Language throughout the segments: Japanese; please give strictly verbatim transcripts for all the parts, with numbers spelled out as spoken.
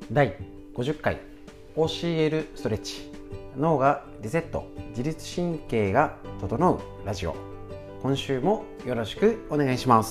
だいごじゅっかい オーシーエル ストレッチ、脳がリセット、自律神経が整うラジオ。今週もよろしくお願いします。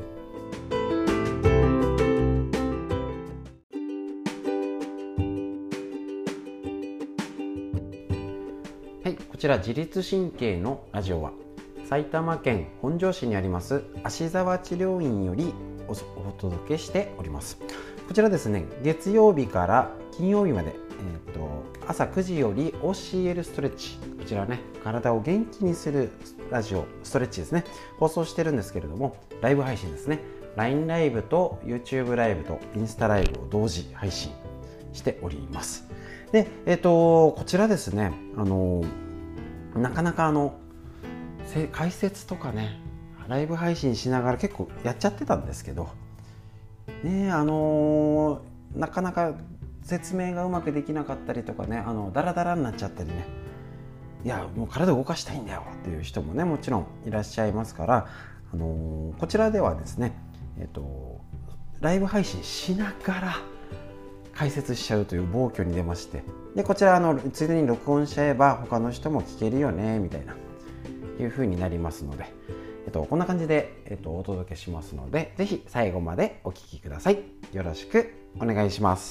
はい、こちら自律神経のラジオは埼玉県本庄市にあります芦沢治療院より お, お届けしております。こちらですね、月曜日から金曜日まで、えー、と朝くじより オーシーエル ストレッチ、こちらね、体を元気にするラジオストレッチですね、放送してるんですけれども、ライブ配信ですね。 ライン ライブと YouTube ライブとインスタライブを同時配信しております。で、えっ、ー、とこちらですね、あのなかなかあの解説とかね、ライブ配信しながら結構やっちゃってたんですけどね、あのー、なかなか説明がうまくできなかったりとかね、あのダラダラになっちゃったりね、いやもう体を動かしたいんだよっていう人もね、もちろんいらっしゃいますから、あのー、こちらではですね、えっとライブ配信しながら解説しちゃうという暴挙に出まして、でこちらあのついでに録音しちゃえば他の人も聞けるよねみたいないう風になりますので、えっと、こんな感じで、えっと、お届けしますので、ぜひ最後までお聞きください。よろしくお願いします。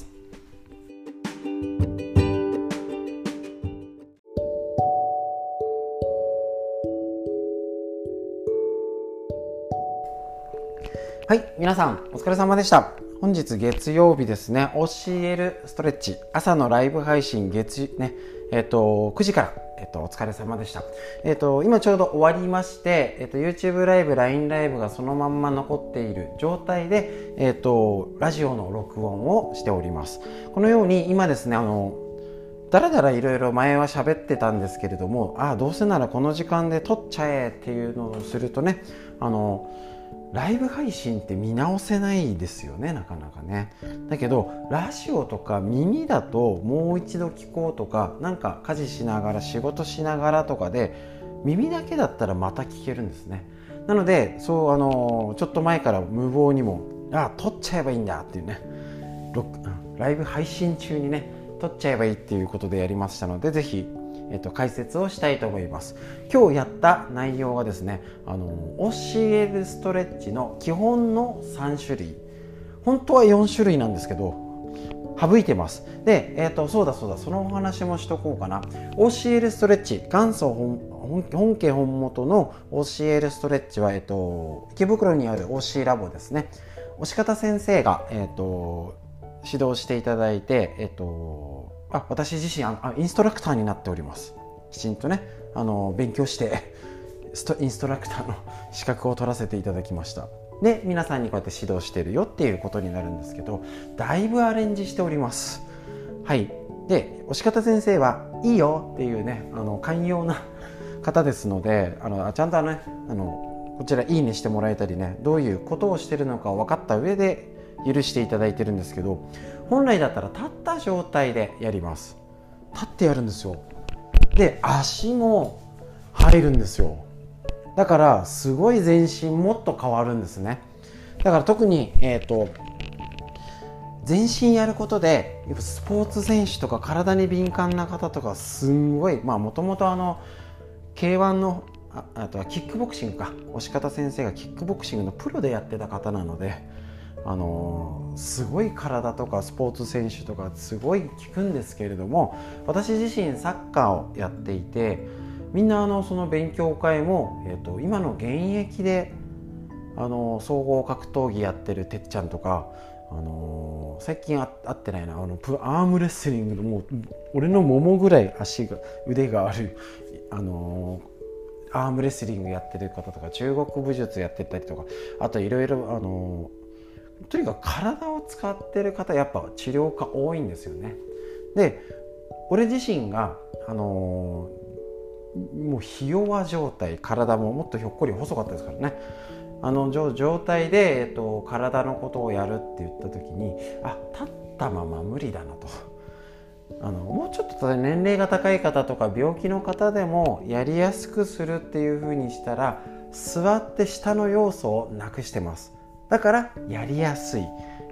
はい、皆さんお疲れ様でした。本日月曜日ですね、 オーシーエル ストレッチ朝のライブ配信月ね、えっとくじから、えっとお疲れ様でした。えっと今ちょうど終わりまして、えっと YouTube ライブ、ライン ライブがそのまんま残っている状態で、えっとラジオの録音をしております。このように今ですね、あのだらだらいろいろ前は喋ってたんですけれども、あどうせならこの時間で撮っちゃえっていうのをするとね、あのライブ配信って見直せないですよね、なかなかね。だけどラジオとか耳だともう一度聞こうとか、なんか家事しながら仕事しながらとかで耳だけだったらまた聞けるんですね。なのでそうあのちょっと前から無謀にもあ撮っちゃえばいいんだっていうね、ライブ配信中にね撮っちゃえばいいっていうことでやりましたので、ぜひえっと、解説をしたいと思います。今日やった内容はですね、あの オーシーエル ストレッチの基本のさんしゅるい、本当はよんしゅるいなんですけど省いてます。で、えっと、そうだそうだ、そのお話もしとこうかな。 オーシーエル ストレッチ、元祖 本, 本家本元の オーシーエル ストレッチは、えっと、池袋にある オーシー ラボですね。押方先生が、えっと、指導していただいて、えっとあ私自身あインストラクターになっております。きちんとね、あの勉強してストインストラクターの資格を取らせていただきました。で皆さんにこうやって指導してるよっていうことになるんですけど、だいぶアレンジしております。はい。で押方先生はいいよっていうね、あの寛容な方ですので、あのちゃんとね、あのこちらいいねしてもらえたりね、どういうことをしてるのか分かった上で許していただいてるんですけど、本来だったら立った状態でやります。立ってやるんですよ。で足も入るんですよ。だからすごい全身もっと変わるんですね。だから特に、えーと、全身やることでスポーツ選手とか体に敏感な方とかすんごい、まあもともとあの ケーワン の あ, あとはキックボクシングか、押方先生がキックボクシングのプロでやってた方なので、あのー、すごい体とかスポーツ選手とかすごい効くんですけれども、私自身サッカーをやっていて、みんなあのその勉強会も、えーと、今の現役で、あのー、総合格闘技やってるてっちゃんとか、あのー、最近会ってないな、あのプアームレスリングのもう俺のももぐらい足が腕がある、あのー、アームレスリングやってる方とか、中国武術やってたりとか、あといろいろあのーとにかく体を使ってる方、やっぱ治療家多いんですよね。で俺自身が、あのー、もうひ弱状態、体ももっとひょっこり細かったですからね、あの状態で、えっと、体のことをやるって言った時に、あ立ったまま無理だなと、あのもうちょっと年齢が高い方とか病気の方でもやりやすくするっていう風にしたら、座って下の要素をなくしてます。だからやりやすい、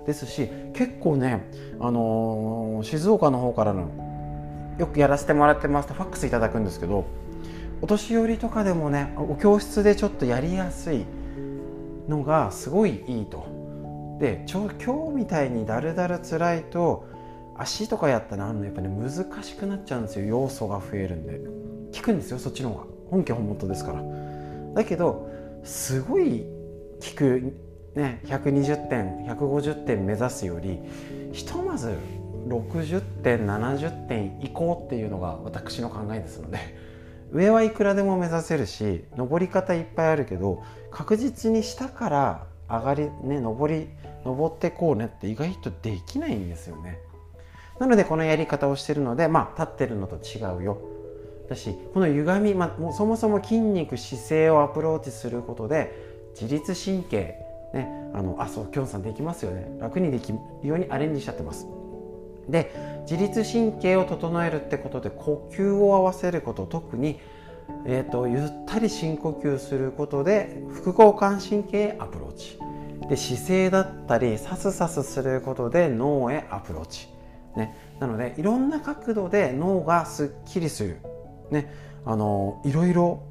ですし、結構ね、あのー、静岡の方からのよくやらせてもらってますとファックスいただくんですけど、お年寄りとかでもね、お教室でちょっとやりやすいのがすごいいいと。で、ちょ今日みたいにだるだる辛いと足とかやったらあのやっぱね難しくなっちゃうんですよ。要素が増えるんで効くんですよ、そっちの方が本家本元ですから。だけどすごい効くね、ひゃくにじゅってんひゃくごじゅってん目指すよりひとまずろくじゅってんななじゅってんいこうっていうのが私の考えですので、上はいくらでも目指せるし登り方いっぱいあるけど、確実に下から上がりね登り登ってこうねって意外とできないんですよね。なのでこのやり方をしてるので、まあ立ってるのと違うよだし、この歪み、まあ、もうそもそも筋肉姿勢をアプローチすることで自律神経ね、あのあそうきょんさんできますよね、楽にできるようにアレンジしちゃってます。で、自律神経を整えるってことで呼吸を合わせること、特に、えーと、ゆったり深呼吸することで副交感神経へアプローチで、姿勢だったりサスサスすることで脳へアプローチ、ね、なのでいろんな角度で脳がすっきりする、ね、あのいろいろ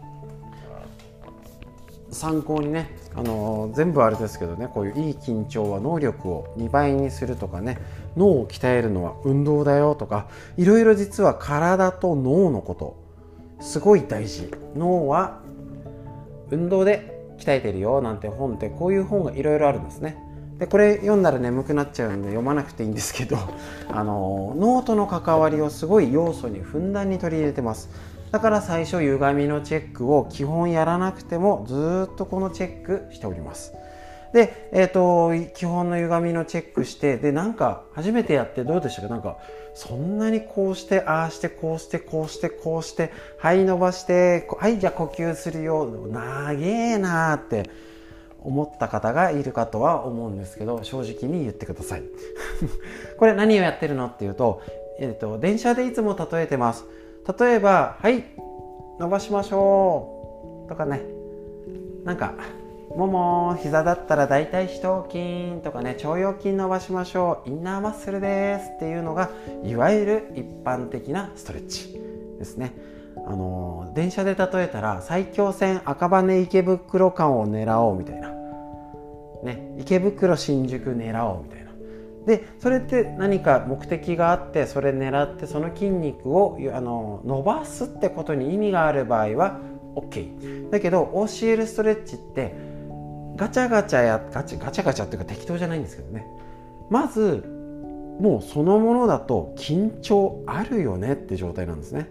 参考にね、あの全部あれですけどね、こういういい緊張は能力をにばいにするとかね、脳を鍛えるのは運動だよとか、いろいろ実は体と脳のことすごい大事。脳は運動で鍛えてるよなんて本って、こういう本がいろいろあるんですね。でこれ読んだら眠くなっちゃうんで読まなくていいんですけど、あの脳との関わりをすごい要素にふんだんに取り入れてます。だから最初歪みのチェックを基本やらなくてもずっとこのチェックしております。で、えーと、基本の歪みのチェックして、でなんか初めてやってどうでしたか。なんかそんなにこうしてああしてこうしてこうしてこうしてはい伸ばしてはいじゃあ呼吸するよ長えなーって思った方がいるかとは思うんですけど、正直に言ってくださいこれ何をやってるのっていうと、えーと、電車でいつも例えてます。例えばはい伸ばしましょうとかね、なんかもも膝だったら大腿四頭筋とかね、腸腰筋伸ばしましょう、インナーマッスルですっていうのがいわゆる一般的なストレッチですね。あの電車で例えたら埼京線赤羽池袋間を狙おうみたいなね、池袋新宿狙おうみたいな。でそれって何か目的があって、それ狙ってその筋肉をあの伸ばすってことに意味がある場合は OK だけど、 オーシーエル ストレッチってガチャガチャやガチャガチャガチャっていうか適当じゃないんですけどね、まずもうそのものだと緊張あるよねって状態なんですね。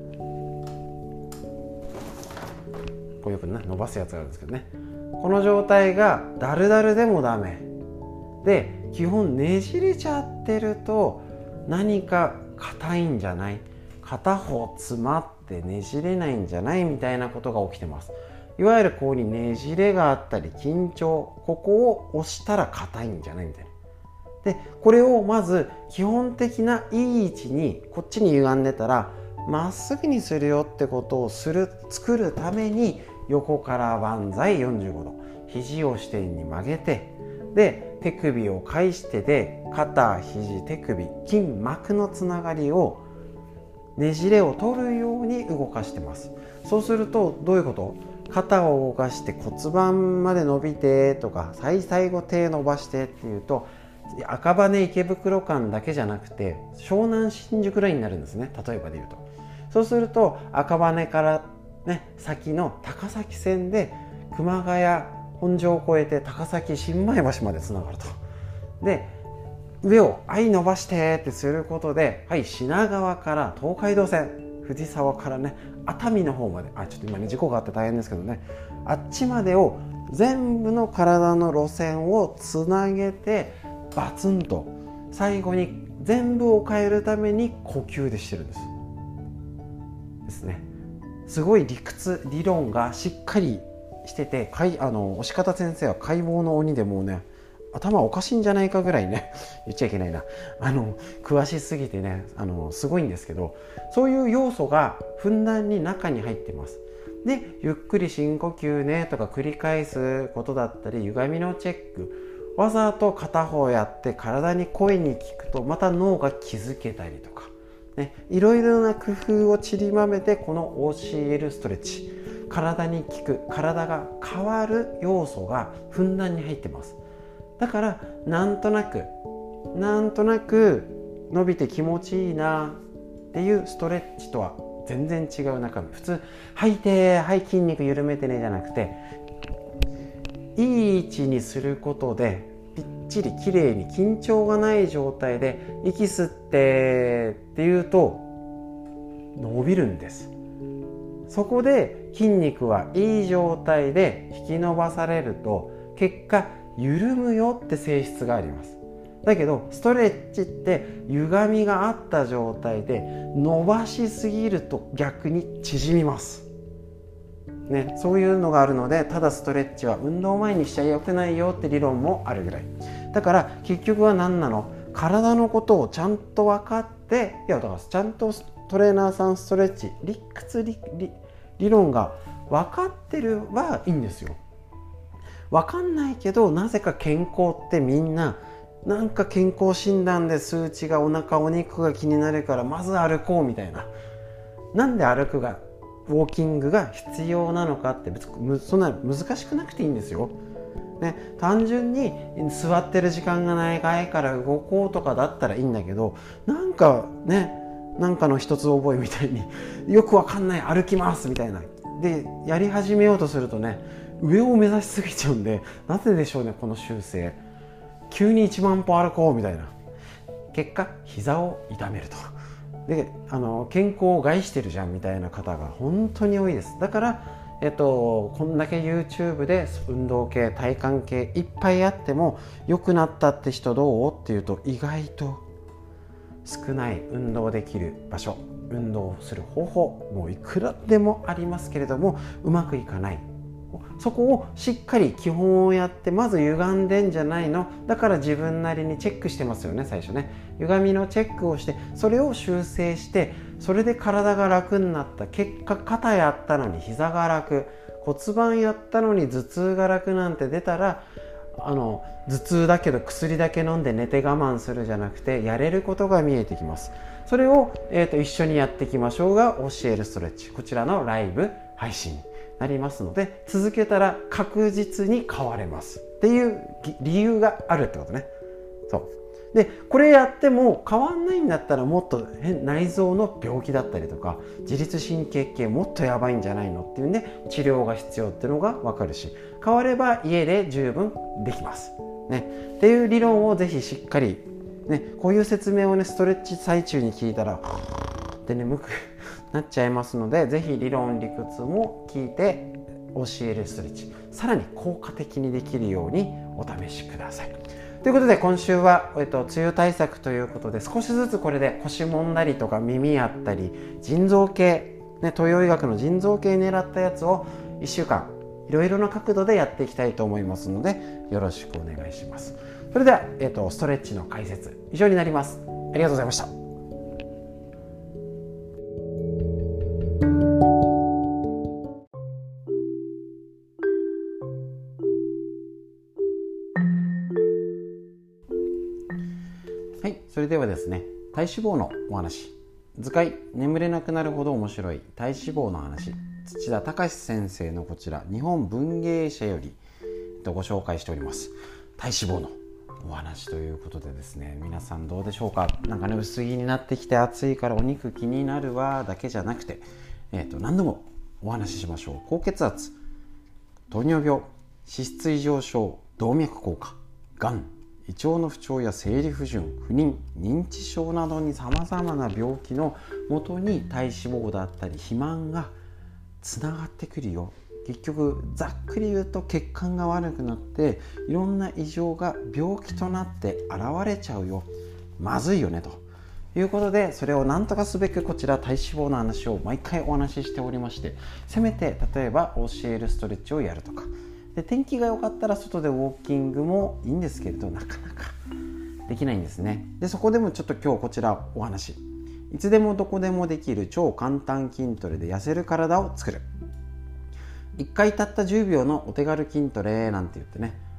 こうよくね伸ばすやつがあるんですけどね、この状態がダルダルでもダメで、基本ねじれちゃってると何か硬いんじゃない、片方詰まってねじれないんじゃないみたいなことが起きてます。いわゆるここにねじれがあったり緊張、ここを押したら硬いんじゃないみたいな。でこれをまず基本的ないい位置に、こっちに歪んでたらまっすぐにするよってことをする作るために、横から万歳よんじゅうごど、肘を支点に曲げて、で手首を返してで肩肘手首筋膜のつながりをねじれを取るように動かしてます。そうするとどういうこと、肩を動かして骨盤まで伸びてとか、最最後手伸ばしてっていうと、赤羽池袋間だけじゃなくて湘南新宿ラインになるんですね、例えばで言うと。そうすると赤羽からね先の高崎線で熊谷本庄を越えて高崎新米橋までつながると。で上をはい伸ばしてってすることで、はい品川から東海道線、藤沢からね熱海の方まで、あちょっと今ね事故があって大変ですけどね、あっちまでを全部の体の路線をつなげてバツンと最後に全部を変えるために呼吸でしてるんですですね。すごい理屈理論がしっかりしてて、かいあの押方先生は解剖の鬼でもうね頭おかしいんじゃないかぐらいね言っちゃいけないな、あの詳しすぎてねあのすごいんですけど、そういう要素がふんだんに中に入ってます。でゆっくり深呼吸ねとか繰り返すことだったり、歪みのチェックわざと片方やって体に声に聞くとまた脳が気づけたりとか、ね、いろいろな工夫を散りばめてこの オーシーエル ストレッチ、体に効く、体が変わる要素がふんだんに入ってます。だからなんとなくなんとなく伸びて気持ちいいなっていうストレッチとは全然違う中身。普通吐いてはい筋肉緩めてねじゃなくて、いい位置にすることでぴっちりきれいに緊張がない状態で息吸ってっていうと伸びるんです。そこで筋肉はいい状態で引き伸ばされると結果緩むよって性質があります。だけどストレッチって歪みがあった状態で伸ばしすぎると逆に縮みます、ね、そういうのがあるので、ただストレッチは運動前にしちゃよくないよって理論もあるぐらいだから、結局は何なの、体のことをちゃんと分かって、いやだからちゃんとトレーナーさんストレッチ理屈 理, 理, 理論が分かってるはいいんですよ。分かんないけどなぜか健康ってみんななんか健康診断で数値がお腹お肉が気になるからまず歩こうみたいな、なんで歩くがウォーキングが必要なのかって別にそんな難しくなくていいんですよ、ね、単純に座ってる時間が長いから動こうとかだったらいいんだけど、なんかねなんかの一つ覚えみたいによくわかんない歩きますみたいなでやり始めようとするとね、上を目指しすぎちゃうんで、なぜでしょうねこの習性。急にいちまん歩歩こうみたいな結果膝を痛めると、であの健康を害してるじゃんみたいな方が本当に多いです。だから、えっと、こんだけ YouTube で運動系体幹系いっぱいあっても良くなったって人どうっていうと意外と少ない。運動できる場所、運動する方法もういくらでもありますけれどもうまくいかない。そこをしっかり基本をやって、まず歪んでんじゃないの、だから自分なりにチェックしてますよね。最初ね歪みのチェックをしてそれを修正して、それで体が楽になった結果、肩やったのに膝が楽、骨盤やったのに頭痛が楽なんて出たら、あの頭痛だけど薬だけ飲んで寝て我慢するじゃなくて、やれることが見えてきます。それを、えーと、一緒にやっていきましょうが教えるストレッチ、こちらのライブ配信になりますので、続けたら確実に変われますっていう理由があるってことね。そうで、これやっても変わんないんだったら、もっと内臓の病気だったりとか自律神経系もっとやばいんじゃないのっていうんで治療が必要っていうのが分かるし、変われば家で十分できます、ね、っていう理論をぜひしっかり、ね、こういう説明をねストレッチ最中に聞いたらって眠くなっちゃいますので、ぜひ理論理屈も聞いて教えるストレッチ、さらに効果的にできるようにお試しください。ということで今週は、えっと、梅雨対策ということで、少しずつこれで腰もんだりとか耳やったり腎臓系、ね、東洋医学の腎臓系狙ったやつをいっしゅうかんいろいろな角度でやっていきたいと思いますので、よろしくお願いします。それでは、えっと、ストレッチの解説以上になります。ありがとうございました。はい、それではですね、体脂肪のお話、図解眠れなくなるほど面白い体脂肪の話、土田隆先生のこちら日本文芸社よりご紹介しております体脂肪のお話ということでですね、皆さんどうでしょうか。なんかね、薄着になってきて暑いからお肉気になるわだけじゃなくて、えーと何度もお話ししましょう。高血圧、糖尿病、脂質異常症、動脈硬化、がん、胃腸の不調や生理不順、不妊、認知症などにさまざまな病気のもとに体脂肪だったり肥満がつながってくるよ。結局ざっくり言うと血管が悪くなっていろんな異常が病気となって現れちゃうよ、まずいよねということで、それを何とかすべくこちら体脂肪の話を毎回お話ししておりまして、せめて例えば教えるストレッチをやるとかで、天気が良かったら外でウォーキングもいいんですけれど、なかなかできないんですね。でそこでもちょっと今日こちらお話、いつでもどこでもできる超簡単筋トレで痩せる体を作る、いっかいたったじゅうびょうのお手軽筋トレなんて言ってね、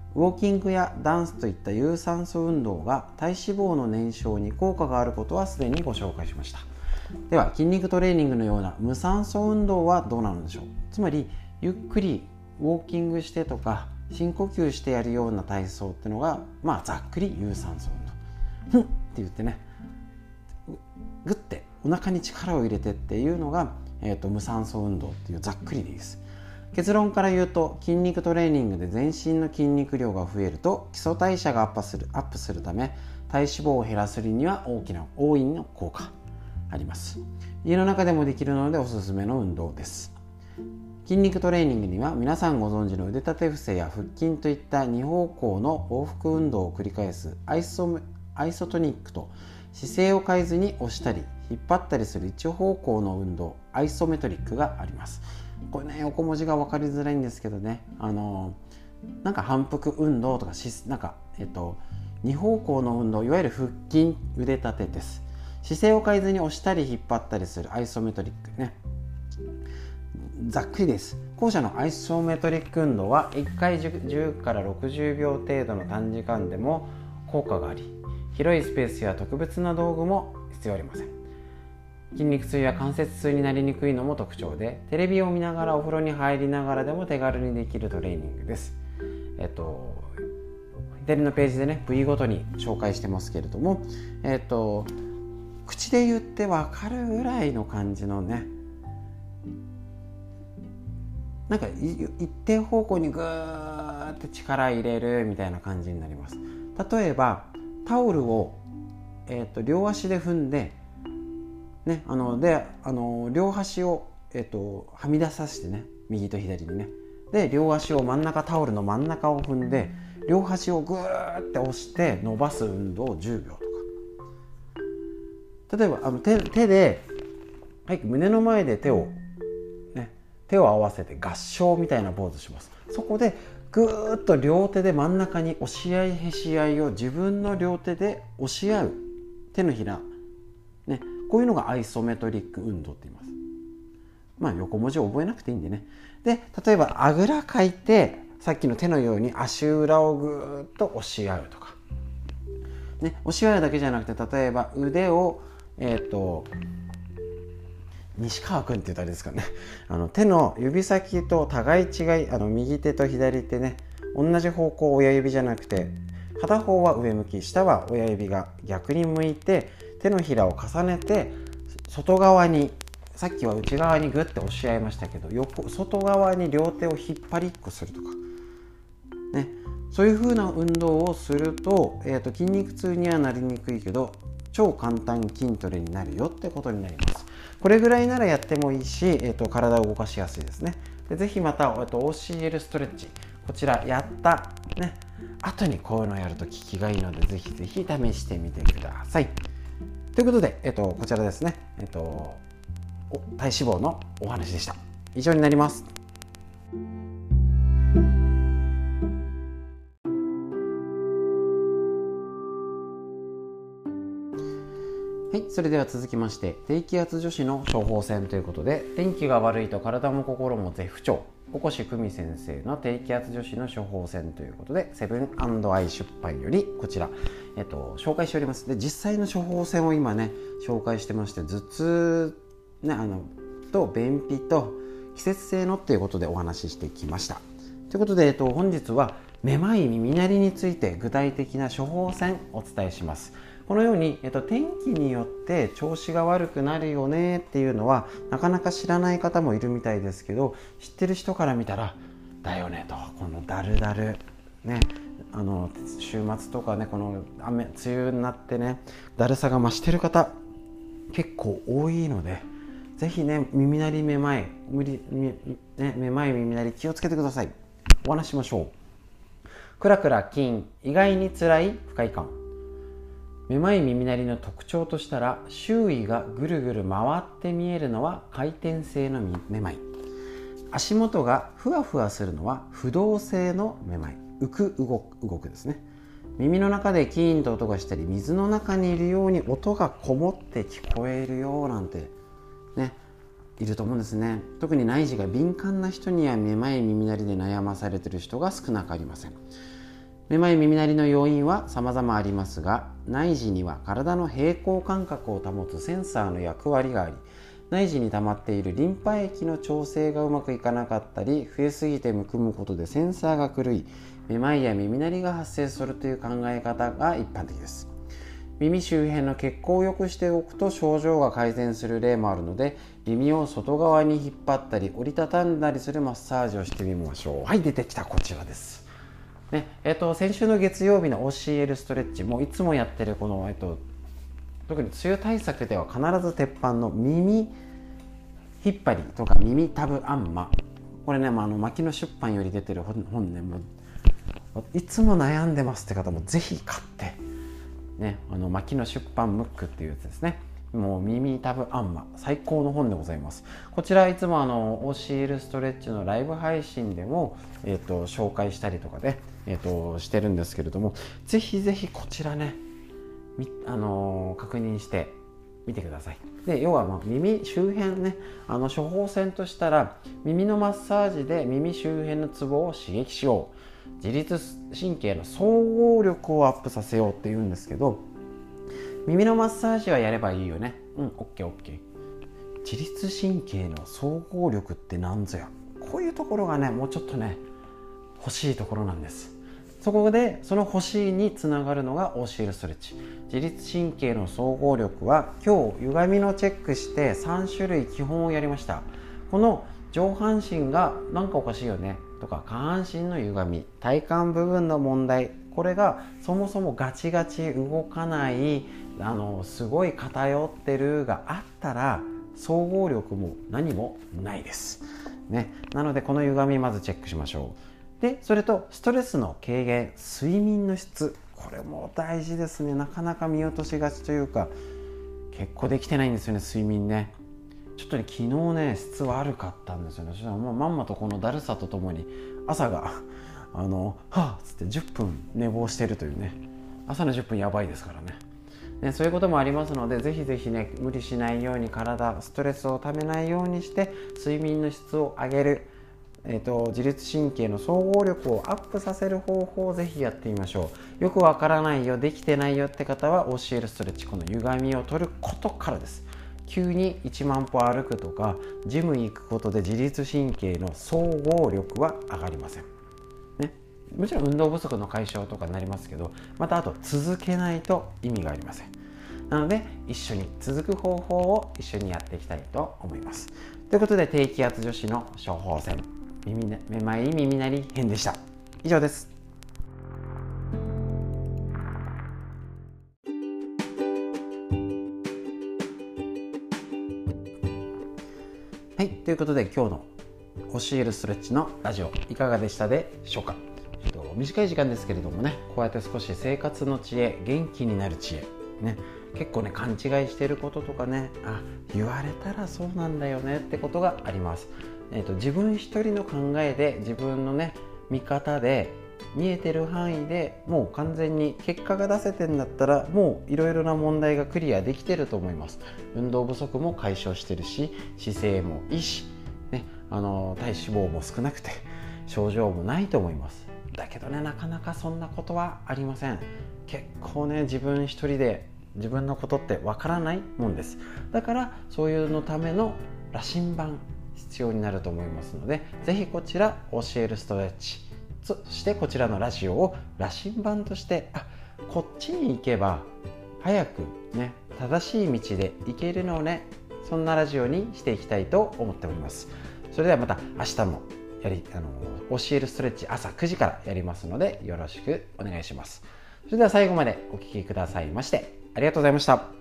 ウォーキングやダンスといった有酸素運動が体脂肪の燃焼に効果があることはすでにご紹介しました。では筋肉トレーニングのような無酸素運動はどうなのでしょう。つまりゆっくりウォーキングしてとか深呼吸してやるような体操っていうのが、まあざっくり有酸素運動。ふんって言ってね、グッてお腹に力を入れてっていうのが、えーと、無酸素運動っていうざっくりでいいです。結論から言うと、筋肉トレーニングで全身の筋肉量が増えると基礎代謝がアップする、アップするため体脂肪を減らすには大きな大いの効果あります。家の中でもできるのでおすすめの運動です。筋肉トレーニングには皆さんご存知の腕立て伏せや腹筋といったに方向の往復運動を繰り返すアイソ、アイソトニックと、姿勢を変えずに押したり引っ張ったりする一方向の運動アイソメトリックがあります。これね、横文字が分かりづらいんですけどね、あのなんか反復運動とかなんか、えっと、に方向の運動、いわゆる腹筋腕立てです。姿勢を変えずに押したり引っ張ったりするアイソメトリックね、ざっくりです。後者のアイソメトリック運動はいっかいじゅうからろくじゅうびょう程度の短時間でも効果があり、広いスペースや特別な道具も必要ありません。筋肉痛や関節痛になりにくいのも特徴で、テレビを見ながらお風呂に入りながらでも手軽にできるトレーニングです。えっと左のページでね、部位ごとに紹介してますけれども、えっと口で言って分かるぐらいの感じのね、なんか一定方向にグーって力入れるみたいな感じになります。例えばタオルを、えー、と両足で踏んで、ね、あのであの両端を、えー、とはみ出させてね、右と左にね、で両足を真ん中、タオルの真ん中を踏んで両端をグーって押して伸ばす運動をじゅうびょうとか、例えばあの 手, 手で、はい、胸の前で手を手を合わせて合掌みたいなポーズします。そこでぐーっと両手で真ん中に押し合いへし合いを自分の両手で押し合う、手のひら、ね、こういうのがアイソメトリック運動って言います。まあ横文字を覚えなくていいんでね。で例えばあぐらかいて、さっきの手のように足裏をぐーっと押し合うとか、ね、押し合うだけじゃなくて、例えば腕をえっと西川君って言ったらあれですかね、あの手の指先と互い違い、あの右手と左手ね、同じ方向、親指じゃなくて片方は上向き、下は親指が逆に向いて、手のひらを重ねて外側に、さっきは内側にグッて押し合いましたけど、横外側に両手を引っ張りっこするとかね、そういう風な運動をすると、えーと、筋肉痛にはなりにくいけど超簡単筋トレになるよってことになります。これぐらいならやってもいいし、えー、と体を動かしやすいですね。でぜひまた、えー、と オーシーエル ストレッチ、こちらやったね後にこういうのをやると効きがいいので、ぜひぜひ試してみてください。ということで、えー、とこちらですね、えー、と体脂肪のお話でした。以上になります。はい、それでは続きまして、低気圧女子の処方箋ということで、天気が悪いと体も心も絶不調、小越久美先生の低気圧女子の処方箋ということで、セブン&アイ出版よりこちら、えっと、紹介しております。で実際の処方箋を今ね紹介してまして、頭痛、ね、あのと便秘と季節性のということでお話ししてきました。ということで、えっと、本日はめまい耳鳴りについて具体的な処方箋をお伝えします。このように、えっと、天気によって調子が悪くなるよねっていうのはなかなか知らない方もいるみたいですけど、知ってる人から見たらだよねと、このだるだるね、あの週末とかね、この雨梅雨になってねだるさが増してる方結構多いので、ぜひね耳鳴りめまい無理、ね、めまい耳鳴り気をつけてください。お話しましょう。クラクラ金、意外に辛い不快感。めまい耳鳴りの特徴としたら、周囲がぐるぐる回って見えるのは回転性のめまい、足元がふわふわするのは不動性のめまい、浮く動く、動くですね。耳の中でキーンと音がしたり、水の中にいるように音がこもって聞こえるよなんてね、いると思うんですね。特に内耳が敏感な人にはめまい耳鳴りで悩まされている人が少なくありません。 めまい耳鳴りの要因は様々ありますが、内耳には体の平衡感覚を保つセンサーの役割があり、内耳に溜まっているリンパ液の調整がうまくいかなかったり、増えすぎてむくむことでセンサーが狂い、めまいや耳鳴りが発生するという考え方が一般的です。耳周辺の血行を良くしておくと症状が改善する例もあるので、耳を外側に引っ張ったり折りたたんだりするマッサージをしてみましょう。はい、出てきたこちらです。ねえっと、先週の月曜日の オーシーエル ストレッチもいつもやってるこの、えっと、特に梅雨対策では必ず鉄板の耳引っ張りとか耳タブアンマ、これね、まあ、あの牧野出版より出てる本ね、もういつも悩んでますって方もぜひ買ってね、あの牧野出版ムックっていうやつですね。もう耳タブアンマ最高の本でございます。こちらいつもあの オーシーエル ストレッチのライブ配信でも、えー、と紹介したりとかで、えー、としてるんですけれども、ぜひぜひこちらね、あのー、確認してみてください。で要はまあ耳周辺ね、あの処方箋としたら耳のマッサージで耳周辺のツボを刺激しよう、自律神経の総合力をアップさせようっていうんですけど、耳のマッサージはやればいいよね。うん、オッケーオッケー。自律神経の総合力ってなんぞや。こういうところがね、もうちょっとね欲しいところなんです。そこでその欲しいにつながるのが オーシーエル ストレッチ。自律神経の総合力は今日歪みのチェックしてさん種類基本をやりました。この上半身がなんかおかしいよねとか、下半身の歪み、体幹部分の問題、これがそもそもガチガチ動かない、あのすごい偏ってるがあったら総合力も何もないです、ね、なのでこの歪みまずチェックしましょう。でそれとストレスの軽減、睡眠の質、これも大事ですね。なかなか見落としがちというか、結構できてないんですよね、睡眠ね。ちょっとね昨日ね質悪かったんですよね。そしたらもうまんまとこのだるさとともに朝があのはぁっつってじゅっぷん寝坊してるというね、朝のじゅっぷんやばいですからね。ね、そういうこともありますので、ぜひぜひね無理しないように、体ストレスをためないようにして睡眠の質を上げる、えーと、自律神経の総合力をアップさせる方法をぜひやってみましょう。よくわからないよ、できてないよって方は オーシーエル ストレッチ、この歪みを取ることからです。急にいちまん歩歩くとかジムに行くことで自律神経の総合力は上がりません、ね、もちろん運動不足の解消とかになりますけど、またあと続けないと意味がありません。なので一緒に続く方法を一緒にやっていきたいと思います。ということで、低気圧女子の処方箋、耳めまい耳鳴り編でした。以上です。はい、ということで今日の教えるストレッチのラジオいかがでしたでしょうか。ちょっと短い時間ですけれどもね、こうやって少し生活の知恵、元気になる知恵ね、結構ね勘違いしていることとかね、あ、言われたらそうなんだよねってことがあります。えーと、自分一人の考えで、自分のね見方で見えてる範囲でもう完全に結果が出せてんだったら、もういろいろな問題がクリアできてると思います。運動不足も解消してるし、姿勢もいいし、ね、あの体脂肪も少なくて症状もないと思います。だけどね、なかなかそんなことはありません。結構ね自分一人で自分のことってわからないもんです。だからそういうのための羅針盤必要になると思いますので、ぜひこちら教えるストレッチ、そしてこちらのラジオを羅針盤として、あ、こっちに行けば早くね正しい道で行けるのをね、そんなラジオにしていきたいと思っております。それではまた明日もやりあの教えるストレッチ朝くじからやりますので、よろしくお願いします。それでは最後までお聞きくださいましてありがとうございました。